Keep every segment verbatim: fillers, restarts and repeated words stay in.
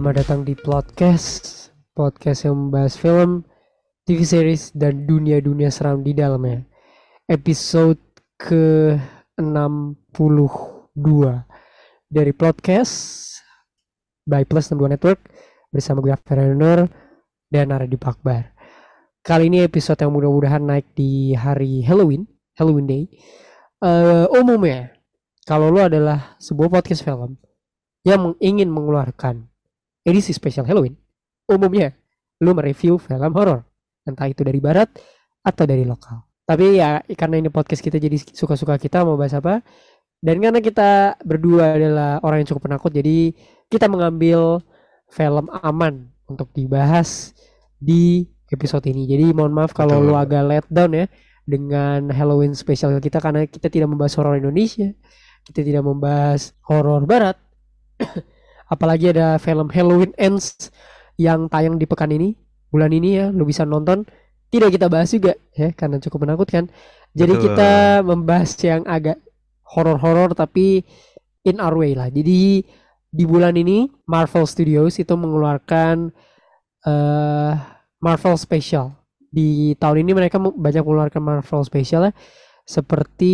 Selamat datang di podcast Podcast yang membahas film, T V series, dan dunia-dunia seram di dalamnya. Episode ke enam puluh dua dari podcast by Plus enam puluh dua Network. Bersama gue Fernando dan Naradi Pakbar. Kali ini episode yang mudah-mudahan naik di hari Halloween Halloween Day. uh, Umumnya kalau lo adalah sebuah podcast film yang ingin mengeluarkan edisi spesial Halloween, umumnya lu mereview film horor, entah itu dari barat atau dari lokal. Tapi ya karena ini podcast kita jadi suka-suka kita mau bahas apa, dan karena kita berdua adalah orang yang cukup penakut, jadi kita mengambil film aman untuk dibahas di episode ini. Jadi mohon maaf kalau lu agak let down ya dengan Halloween spesial kita, karena kita tidak membahas horor Indonesia, kita tidak membahas horor barat. Apalagi ada film Halloween Ends yang tayang di pekan ini, bulan ini ya, lu bisa nonton. Tidak kita bahas juga ya, karena cukup menakutkan. Jadi Betul. Kita membahas yang agak horor-horor tapi in our way lah. Jadi di bulan ini Marvel Studios itu mengeluarkan uh, Marvel Special. Di tahun ini mereka banyak mengeluarkan Marvel Special ya, seperti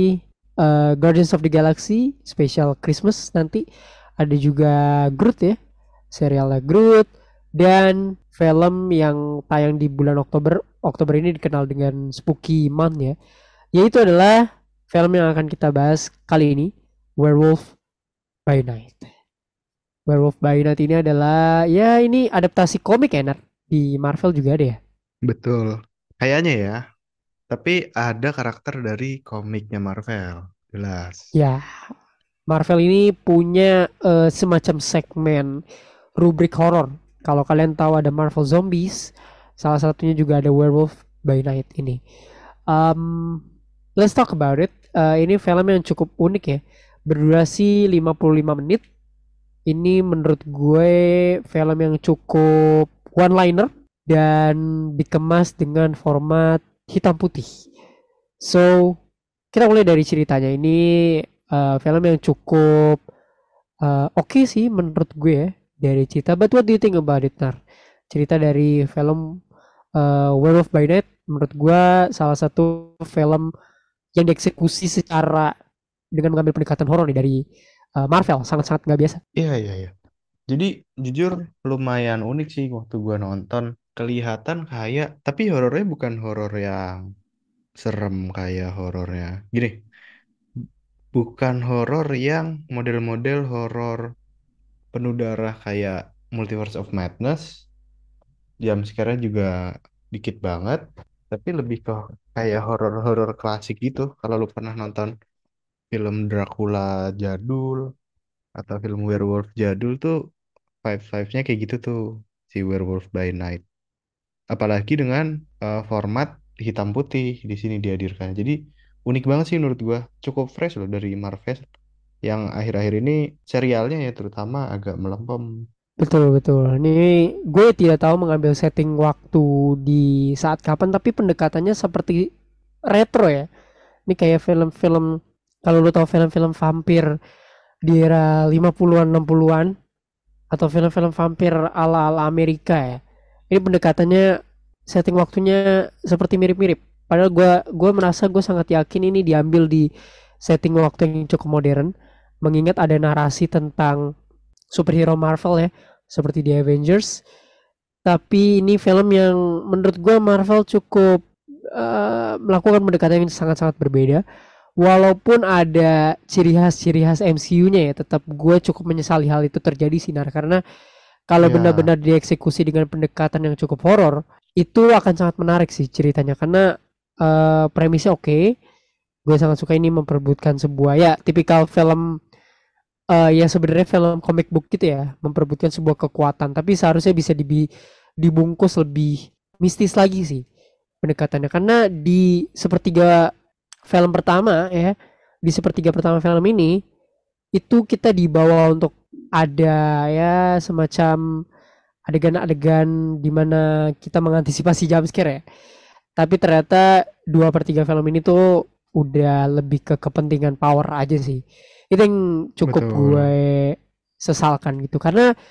uh, Guardians of the Galaxy Special Christmas nanti. Ada juga Groot ya, serialnya Groot, dan film yang tayang di bulan Oktober Oktober ini dikenal dengan Spooky Month ya, yaitu adalah film yang akan kita bahas kali ini, Werewolf by Night. Werewolf by Night ini adalah ya ini adaptasi komik ya, Nar. Di Marvel juga ada ya. Betul, kayaknya ya. Tapi ada karakter dari komiknya Marvel, jelas. Ya, Marvel ini punya uh, semacam segmen rubrik horor. Kalau kalian tahu ada Marvel Zombies, salah satunya juga ada Werewolf by Night ini. Um, let's talk about it. Uh, ini film yang cukup unik ya, berdurasi lima puluh lima menit. Ini menurut gue film yang cukup one liner dan dikemas dengan format hitam putih. So kita mulai dari ceritanya. Ini uh, film yang cukup uh, oke okay sih menurut gue ya dari cerita. But what do you think about it, Nar? Cerita dari film uh, Werewolf by Night menurut gue salah satu film yang dieksekusi secara dengan mengambil pendekatan horor nih dari uh, Marvel, sangat-sangat nggak biasa. Iya, iya, iya. Jadi jujur lumayan unik sih waktu gua nonton. Kelihatan kayak, tapi horornya bukan horor yang serem kayak horornya. Gini, bukan horor yang model-model horor penuh darah kayak Multiverse of Madness. Jam sekarang juga dikit banget, tapi lebih ke kayak horor-horor klasik gitu. Kalau lu pernah nonton film Dracula jadul atau film werewolf jadul tuh vibe-vibesnya kayak gitu tuh si Werewolf by Night. Apalagi dengan uh, format hitam putih di sini dihadirkan. Jadi unik banget sih menurut gua. Cukup fresh loh dari Marvel yang akhir-akhir ini serialnya ya terutama agak melempem. Betul betul. Ini gue tidak tahu mengambil setting waktu di saat kapan, tapi pendekatannya seperti retro ya. Ini kayak film-film, kalau lo tahu film-film vampir di era lima puluhan enam puluhan atau film-film vampir ala-ala Amerika ya. Ini pendekatannya setting waktunya seperti mirip-mirip. Padahal gue gue merasa gue sangat yakin ini diambil di setting waktu yang cukup modern, mengingat ada narasi tentang superhero Marvel ya, seperti The Avengers. Tapi ini film yang menurut gue Marvel cukup uh, melakukan pendekatan yang sangat-sangat berbeda. Walaupun ada ciri khas-ciri khas M C U-nya ya, tetap gue cukup menyesali hal itu terjadi Sinar, karena kalau Ya, benar-benar dieksekusi dengan pendekatan yang cukup horor, itu akan sangat menarik sih ceritanya, karena uh, premisnya oke. Okay. Gue sangat suka ini memperebutkan sebuah ya tipikal film uh, yang sebenarnya film comic book gitu ya, memperebutkan sebuah kekuatan, tapi seharusnya bisa dibi- dibungkus lebih mistis lagi sih pendekatannya, karena di sepertiga film pertama ya, di sepertiga pertama film ini itu kita dibawa untuk ada ya semacam adegan-adegan di mana kita mengantisipasi jump scare ya. Tapi ternyata dua per tiga film ini tuh udah lebih ke kepentingan power aja sih. Itu yang cukup gue betul. sesalkan gitu. Karena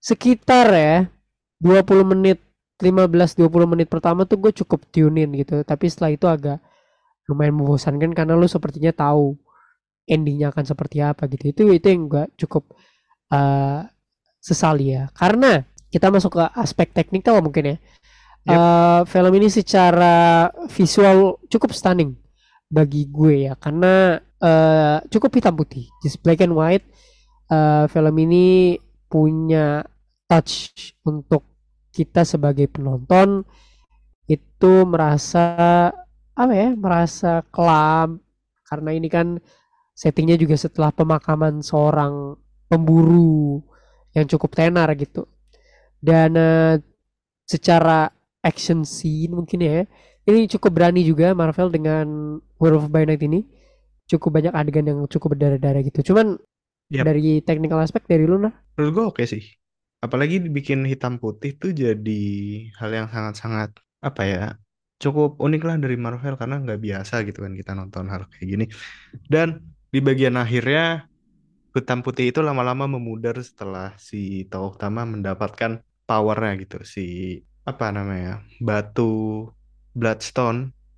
sekitar ya dua puluh menit, lima belas dua puluh menit pertama tuh gue cukup tune in gitu, tapi setelah itu agak lumayan membosankan karena lu sepertinya tahu endingnya akan seperti apa gitu. Itu itu yang gue cukup eh, sesali ya, karena kita masuk ke aspek teknikal mungkin ya. Yap. Eh, film ini secara visual cukup stunning bagi gue ya, karena eh, cukup hitam putih, just black and white. Eh, film ini punya touch untuk kita sebagai penonton itu merasa apa ya, merasa kelam, karena ini kan settingnya juga setelah pemakaman seorang pemburu yang cukup tenar gitu. Dan eh, secara action scene mungkin ya, ini cukup berani juga Marvel dengan Werewolf by Night ini. Cukup banyak adegan yang cukup berdarah-darah gitu. Cuman Yap. dari technical aspect dari lu nah. Menurut gue oke sih. Apalagi dibikin hitam putih tuh jadi hal yang sangat-sangat apa ya, cukup unik lah dari Marvel karena nggak biasa gitu kan kita nonton hal kayak gini. Dan di bagian akhirnya hitam putih itu lama-lama memudar setelah si tokoh utama mendapatkan powernya gitu. Si apa namanya, batu Bloodstone,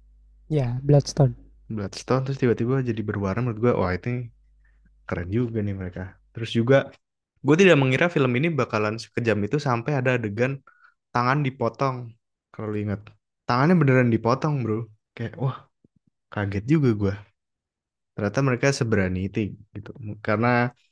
Ya, Bloodstone. Bloodstone terus tiba-tiba jadi berwarna. Menurut gue wah itu keren juga nih mereka. Terus juga gue tidak mengira film ini bakalan sekejam itu sampai ada adegan tangan dipotong. Kalau lu ingat, tangannya beneran dipotong bro. Kayak wah, kaget juga gue. Ternyata mereka seberani itu gitu. Karena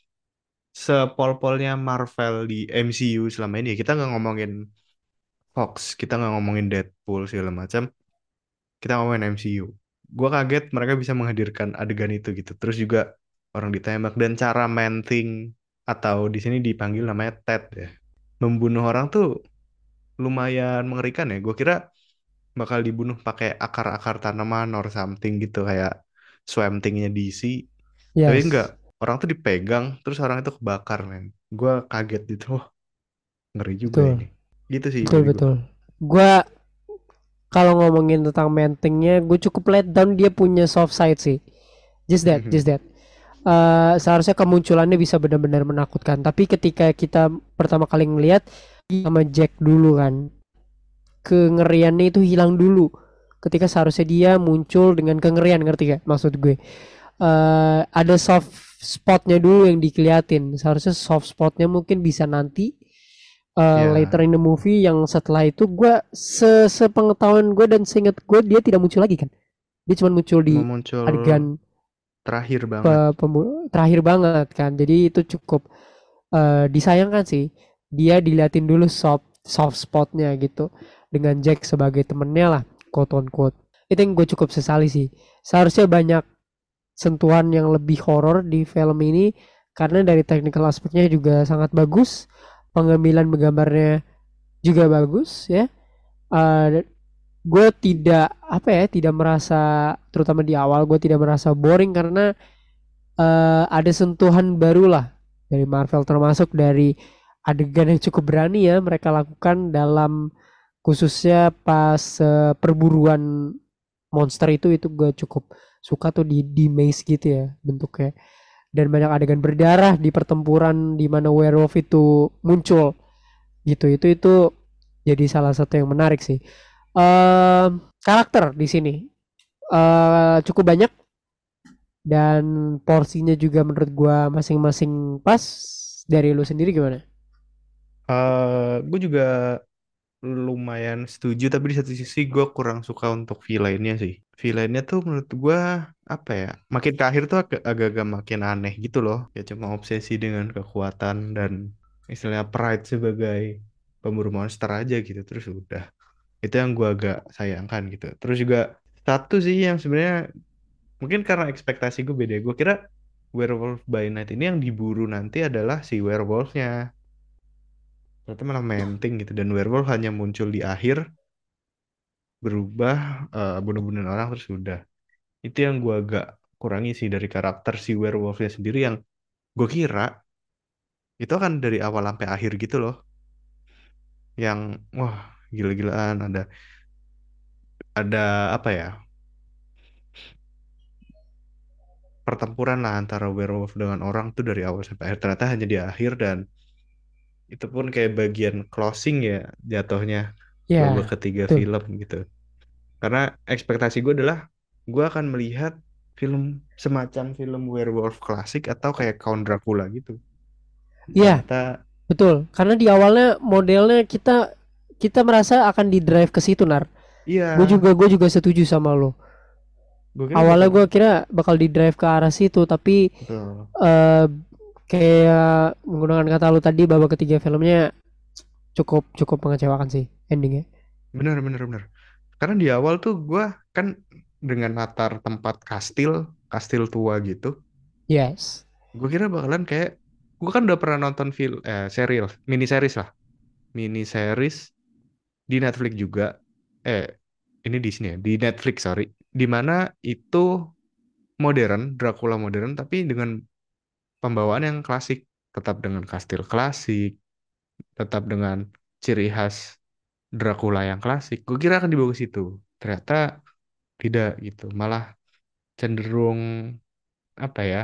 sepol-polnya Marvel di M C U selama ini ya, kita nggak ngomongin Fox, kita nggak ngomongin Deadpool segala macam, kita ngomongin M C U. Gue kaget mereka bisa menghadirkan adegan itu gitu. Terus juga orang ditembak dan cara Man-Thing atau di sini dipanggil namanya Ted ya, membunuh orang tuh lumayan mengerikan ya. Gue kira bakal dibunuh pakai akar-akar tanaman or something gitu kayak Swamp Thing-nya D C. Tapi enggak, Yes. orang tuh dipegang terus orang itu kebakar men. Gue kaget gitu. Wah, ngeri juga Betul. ini. Gitu sih Betul dari gue. betul. Gua kalau ngomongin tentang mentingnya, gue cukup let down dia punya soft side sih. Just that, just that. Eh, seharusnya kemunculannya bisa benar-benar menakutkan. Tapi ketika kita pertama kali ngelihat sama Jack dulu kan, kengeriannya itu hilang dulu. Ketika seharusnya dia muncul dengan kengerian, ngerti gak maksud gue? Eh, ada soft spotnya dulu yang dikeliatin. Seharusnya soft spotnya mungkin bisa nanti eh, later Ya, in the movie, yang setelah itu gue se sepengetahuan gue dan seingat gue dia tidak muncul lagi kan. Dia cuma muncul cuma di muncul adegan terakhir banget. pe- pemu- terakhir banget kan. Jadi itu cukup eh, disayangkan sih. Dia diliatin dulu soft soft spotnya gitu dengan Jack sebagai temennya lah, quote on quote. Itu yang gue cukup sesali sih. Seharusnya banyak sentuhan yang lebih horor di film ini, karena dari technical aspeknya juga sangat bagus, pengambilan gambarnya juga bagus ya. Eh, gue tidak apa ya, tidak merasa, terutama di awal gue tidak merasa boring karena eh, ada sentuhan baru lah dari Marvel, termasuk dari adegan yang cukup berani ya mereka lakukan dalam, khususnya pas eh, perburuan monster itu itu gue cukup suka tuh di di maze gitu ya bentuknya, dan banyak adegan berdarah di pertempuran di mana werewolf itu muncul gitu. Itu itu jadi salah satu yang menarik sih. Em, karakter di sini eh, cukup banyak, dan porsinya juga menurut gua masing-masing pas. Dari lu sendiri gimana? eh gue juga lumayan setuju, tapi di satu sisi gue kurang suka untuk villainnya sih. Villainnya tuh menurut gue apa ya, makin ke akhir tuh agak- agak-agak makin aneh gitu loh. Ya cuma obsesi dengan kekuatan dan istilahnya pride sebagai pemburu monster aja gitu. Terus udah. Itu yang gue agak sayangkan gitu. Terus juga satu sih yang sebenarnya mungkin karena ekspektasi gue beda. Gue kira Werewolf by Night ini yang diburu nanti adalah si werewolfnya. Ternyata malah menting gitu. Dan werewolf hanya muncul di akhir, berubah, eh, bunuh-bunuh orang terus udah. Itu yang gue agak kurangi sih dari karakter si werewolfnya sendiri, yang gue kira itu kan dari awal sampai akhir gitu loh. Yang wah, gila-gilaan, ada ada apa ya, pertempuran lah antara werewolf dengan orang tuh dari awal sampai akhir. Ternyata hanya di akhir, dan Itu pun kayak bagian closing ya jatuhnya, babak Ya, ketiga betul. film gitu. Karena ekspektasi gue adalah gue akan melihat film semacam film werewolf klasik atau kayak Count Dracula gitu. Ya, Ternyata betul. Karena di awalnya modelnya kita kita merasa akan di drive ke situ, Nar. iya, Gue juga gue juga setuju sama lo. gue kira Awalnya bakal gue kira bakal di drive ke arah situ, tapi betul. eh kayak menggunakan kata lu tadi, babak ketiga filmnya cukup cukup mengecewakan sih endingnya. Bener bener bener. Karena di awal tuh gue kan dengan latar tempat kastil, kastil tua gitu, Yes. gue kira bakalan kayak gue kan udah pernah nonton film eh serial, mini series lah, mini series di Netflix juga. Eh, ini di sini ya, di Netflix, sorry. Di mana itu modern, Dracula modern, tapi dengan pembawaan yang klasik. Tetap dengan kastil klasik, tetap dengan ciri khas Dracula yang klasik. Gue kira akan dibawa ke situ. Ternyata tidak gitu. Malah cenderung, apa ya,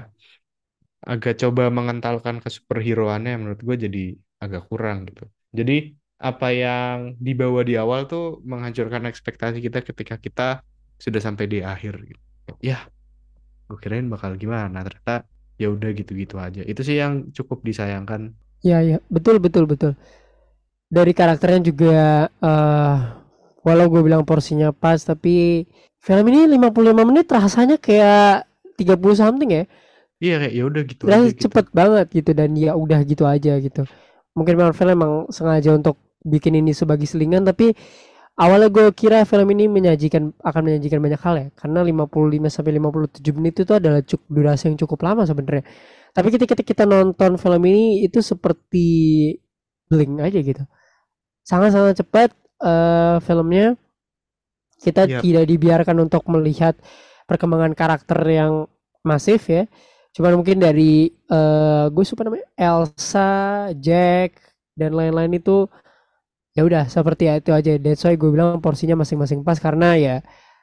agak coba mengentalkan ke superheroannya yang menurut gue jadi agak kurang gitu. Jadi apa yang dibawa di awal tuh menghancurkan ekspektasi kita ketika kita sudah sampai di akhir gitu. Ya, gue kirain bakal gimana, ternyata ya udah gitu-gitu aja. Itu sih yang cukup disayangkan. Ya, ya, betul betul betul. Dari karakternya juga, eh walau gue bilang porsinya pas, tapi film ini lima puluh lima menit rasanya kayak tiga puluh something ya. Iya kayak ya udah gitu aja Rasanya gitu. cepet banget gitu, dan ya udah gitu aja gitu. Mungkin Marvel emang sengaja untuk bikin ini sebagai selingan, tapi awalnya gue kira film ini menyajikan akan menyajikan banyak hal ya, karena lima puluh lima sampai lima puluh tujuh menit itu adalah cukup durasi yang cukup lama sebenarnya. Tapi ketika kita nonton film ini itu seperti blink aja gitu. Sangat-sangat cepat, eh, filmnya. Kita Yap. tidak dibiarkan untuk melihat perkembangan karakter yang masif ya. Cuman mungkin dari, eh gue suka namanya Elsa, Jack, dan lain-lain itu ya udah seperti itu aja. That's why gue bilang porsinya masing-masing pas, karena ya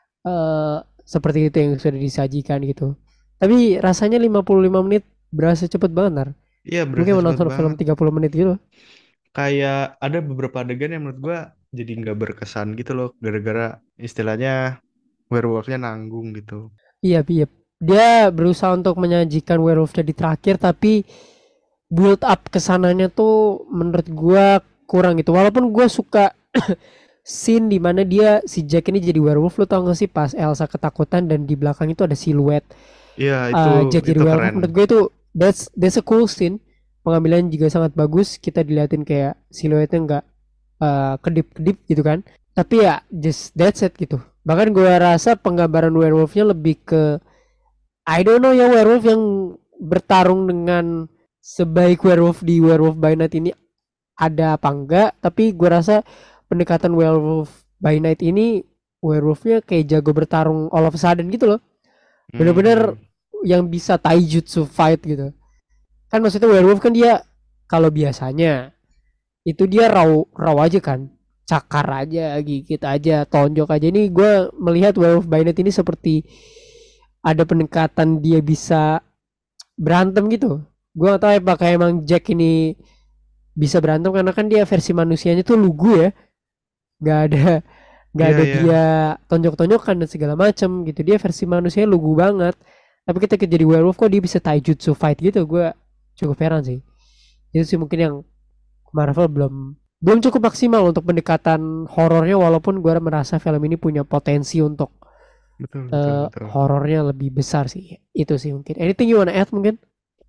eh seperti itu yang sudah disajikan gitu. Tapi rasanya lima puluh lima menit berasa cepet banget, Nar. Iya berasa Mungkin cepat menonton film banget. tiga puluh menit gitu. Kayak ada beberapa adegan yang menurut gua jadi nggak berkesan gitu loh, gara-gara istilahnya werewolfnya nanggung gitu. Iya, iya. Dia berusaha untuk menyajikan werewolf di terakhir, tapi build up kesananya tuh menurut gua kurang gitu. Walaupun gua suka scene di mana dia si Jack ini jadi werewolf. Lo tau gak sih pas Elsa ketakutan dan di belakang itu ada siluet, Iya itu uh, Jack jadi itu werewolf. keren. Menurut gue itu that's that's a cool scene. Pengambilan juga sangat bagus. Kita diliatin kayak siluetnya nggak uh, kedip-kedip gitu kan. Tapi ya just that's it gitu. Bahkan gua rasa penggambaran werewolfnya lebih ke, I don't know ya, werewolf yang bertarung dengan sebaik werewolf di Werewolf by Night ini ada apa enggak, tapi gue rasa pendekatan Werewolf by Night ini werewolfnya kayak jago bertarung all of a sudden gitu loh, bener-bener Hmm. yang bisa taijutsu fight gitu kan. Maksudnya werewolf kan dia kalau biasanya itu dia raw raw aja kan, cakar aja, gigit aja, tonjok aja. Ini gue melihat Werewolf by Night ini seperti ada pendekatan dia bisa berantem gitu. Gue gak tahu apakah emang Jack ini bisa berantem, karena kan dia versi manusianya tuh lugu ya, nggak ada nggak Iya ada iya. dia tonjok-tonjokan dan segala macem gitu. Dia versi manusianya lugu banget, tapi ketika jadi werewolf kok dia bisa taijutsu fight gitu. Gue cukup heran sih. Itu sih mungkin yang Marvel belum belum cukup maksimal untuk pendekatan horornya, walaupun gue merasa film ini punya potensi untuk Betul betul uh, betul. horornya lebih besar sih. Itu sih mungkin. Anything you wanna add mungkin?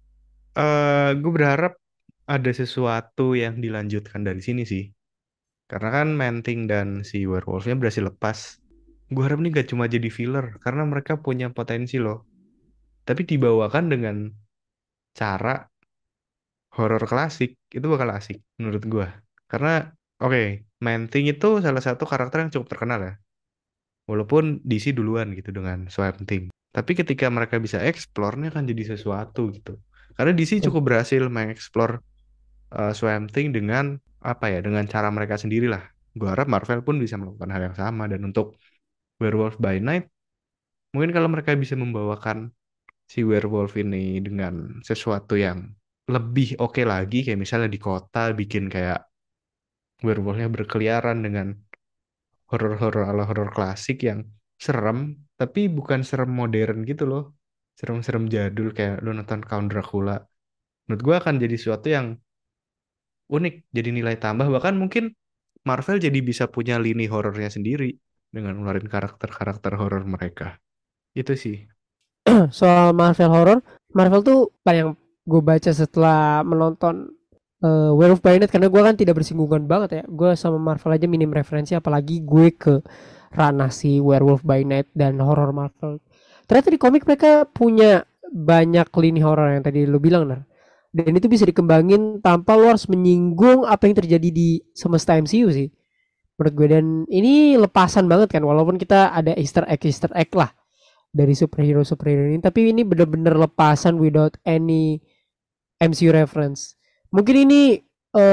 Eh gue berharap ada sesuatu yang dilanjutkan dari sini sih. Karena kan Manting dan si werewolfnya berhasil lepas. Gue harap ini gak cuma jadi filler, karena mereka punya potensi loh. Tapi dibawakan dengan cara horor klasik, itu bakal asik menurut gua. Karena oke, Manting itu salah satu karakter yang cukup terkenal ya. Walaupun D C duluan gitu dengan Swamp Thing. Tapi ketika mereka bisa explore, ini akan jadi sesuatu gitu. Karena D C cukup berhasil mengeksplor uh, Swamp Thing dengan apa ya, dengan cara mereka sendiri lah. Gua harap Marvel pun bisa melakukan hal yang sama. Dan untuk Werewolf by Night, mungkin kalau mereka bisa membawakan si werewolf ini dengan sesuatu yang lebih oke lagi kayak misalnya di kota bikin kayak werewolfnya berkeliaran dengan horor-horor ala horor klasik yang serem, tapi bukan serem modern gitu loh. Serem-serem jadul kayak lu nonton Count Dracula. Menurut gua akan jadi sesuatu yang unik, jadi nilai tambah. Bahkan mungkin Marvel jadi bisa punya lini horornya sendiri dengan ngeluarin karakter-karakter horor mereka. Itu sih. Soal Marvel horror, Marvel tuh apa yang gue baca setelah menonton eh, Werewolf by Night, karena gue kan tidak bersinggungan banget ya. Gue sama Marvel aja minim referensi, apalagi gue ke ranah si Werewolf by Night dan horror Marvel. Ternyata di komik mereka punya banyak lini horor yang tadi lu bilang, Nar. Dan itu bisa dikembangin tanpa lu harus menyinggung apa yang terjadi di semesta M C U sih. Menurut gue, dan ini lepasan banget kan, walaupun kita ada Easter egg Easter egg lah dari superhero superhero ini, tapi ini bener-bener lepasan without any M C U reference. Mungkin ini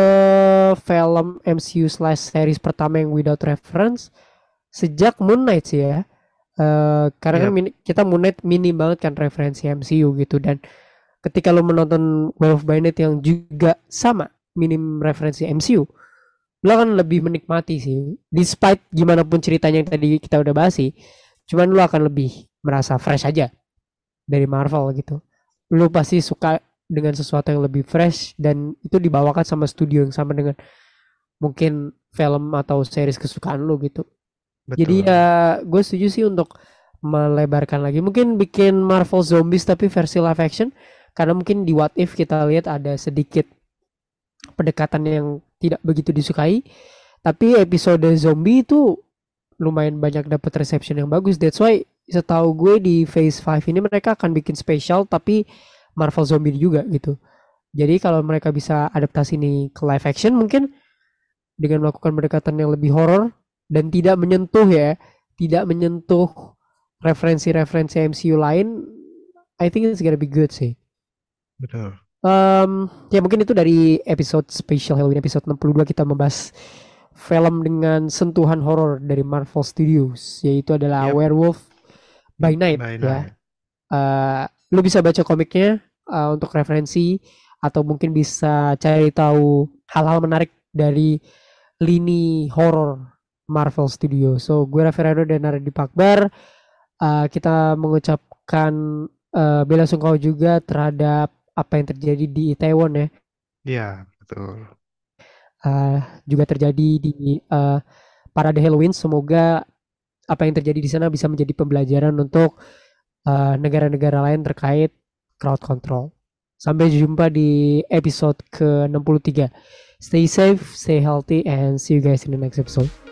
eh film M C U slash series pertama yang without reference sejak Moon Knight sih ya. Eh karena kan Yap, mini- kita Moon Knight minim banget kan referensi M C U gitu, dan ketika lo menonton Werewolf by Night yang juga sama minim referensi M C U, lo kan lebih menikmati sih. Despite gimana pun ceritanya yang tadi kita udah bahas sih, cuman lo akan lebih merasa fresh aja dari Marvel gitu. Lo pasti suka dengan sesuatu yang lebih fresh, dan itu dibawakan sama studio yang sama dengan mungkin film atau series kesukaan lo gitu. Jadi betul. ya gue setuju sih untuk melebarkan lagi. Mungkin bikin Marvel Zombies tapi versi live action. Karena mungkin di What If kita lihat ada sedikit pendekatan yang tidak begitu disukai. Tapi episode zombie itu lumayan banyak dapat reception yang bagus. That's why setahu gue di Phase lima ini mereka akan bikin spesial tapi Marvel Zombie juga gitu. Jadi kalau mereka bisa adaptasi ini ke live action, mungkin dengan melakukan pendekatan yang lebih horor dan tidak menyentuh ya, tidak menyentuh referensi-referensi M C U lain, I think it's gonna be good sih. Betul. Um, ya mungkin itu dari episode spesial Halloween episode enam puluh dua, kita membahas film dengan sentuhan horor dari Marvel Studios, yaitu adalah Yap, Werewolf by Night by ya. night. Uh, lu bisa baca komiknya uh, untuk referensi, atau mungkin bisa cari tahu hal-hal menarik dari lini horor Marvel Studio. So gue Raffi Rado dan Naredi Pakbar, uh, kita mengucapkan uh, bela sungkawa juga terhadap apa yang terjadi di Itaewon ya. Iya, betul. Uh, juga terjadi di uh, parade Halloween. Semoga apa yang terjadi di sana bisa menjadi pembelajaran untuk uh, negara-negara lain terkait crowd control. Sampai jumpa di episode ke enam puluh tiga. Stay safe, stay healthy, and see you guys in the next episode.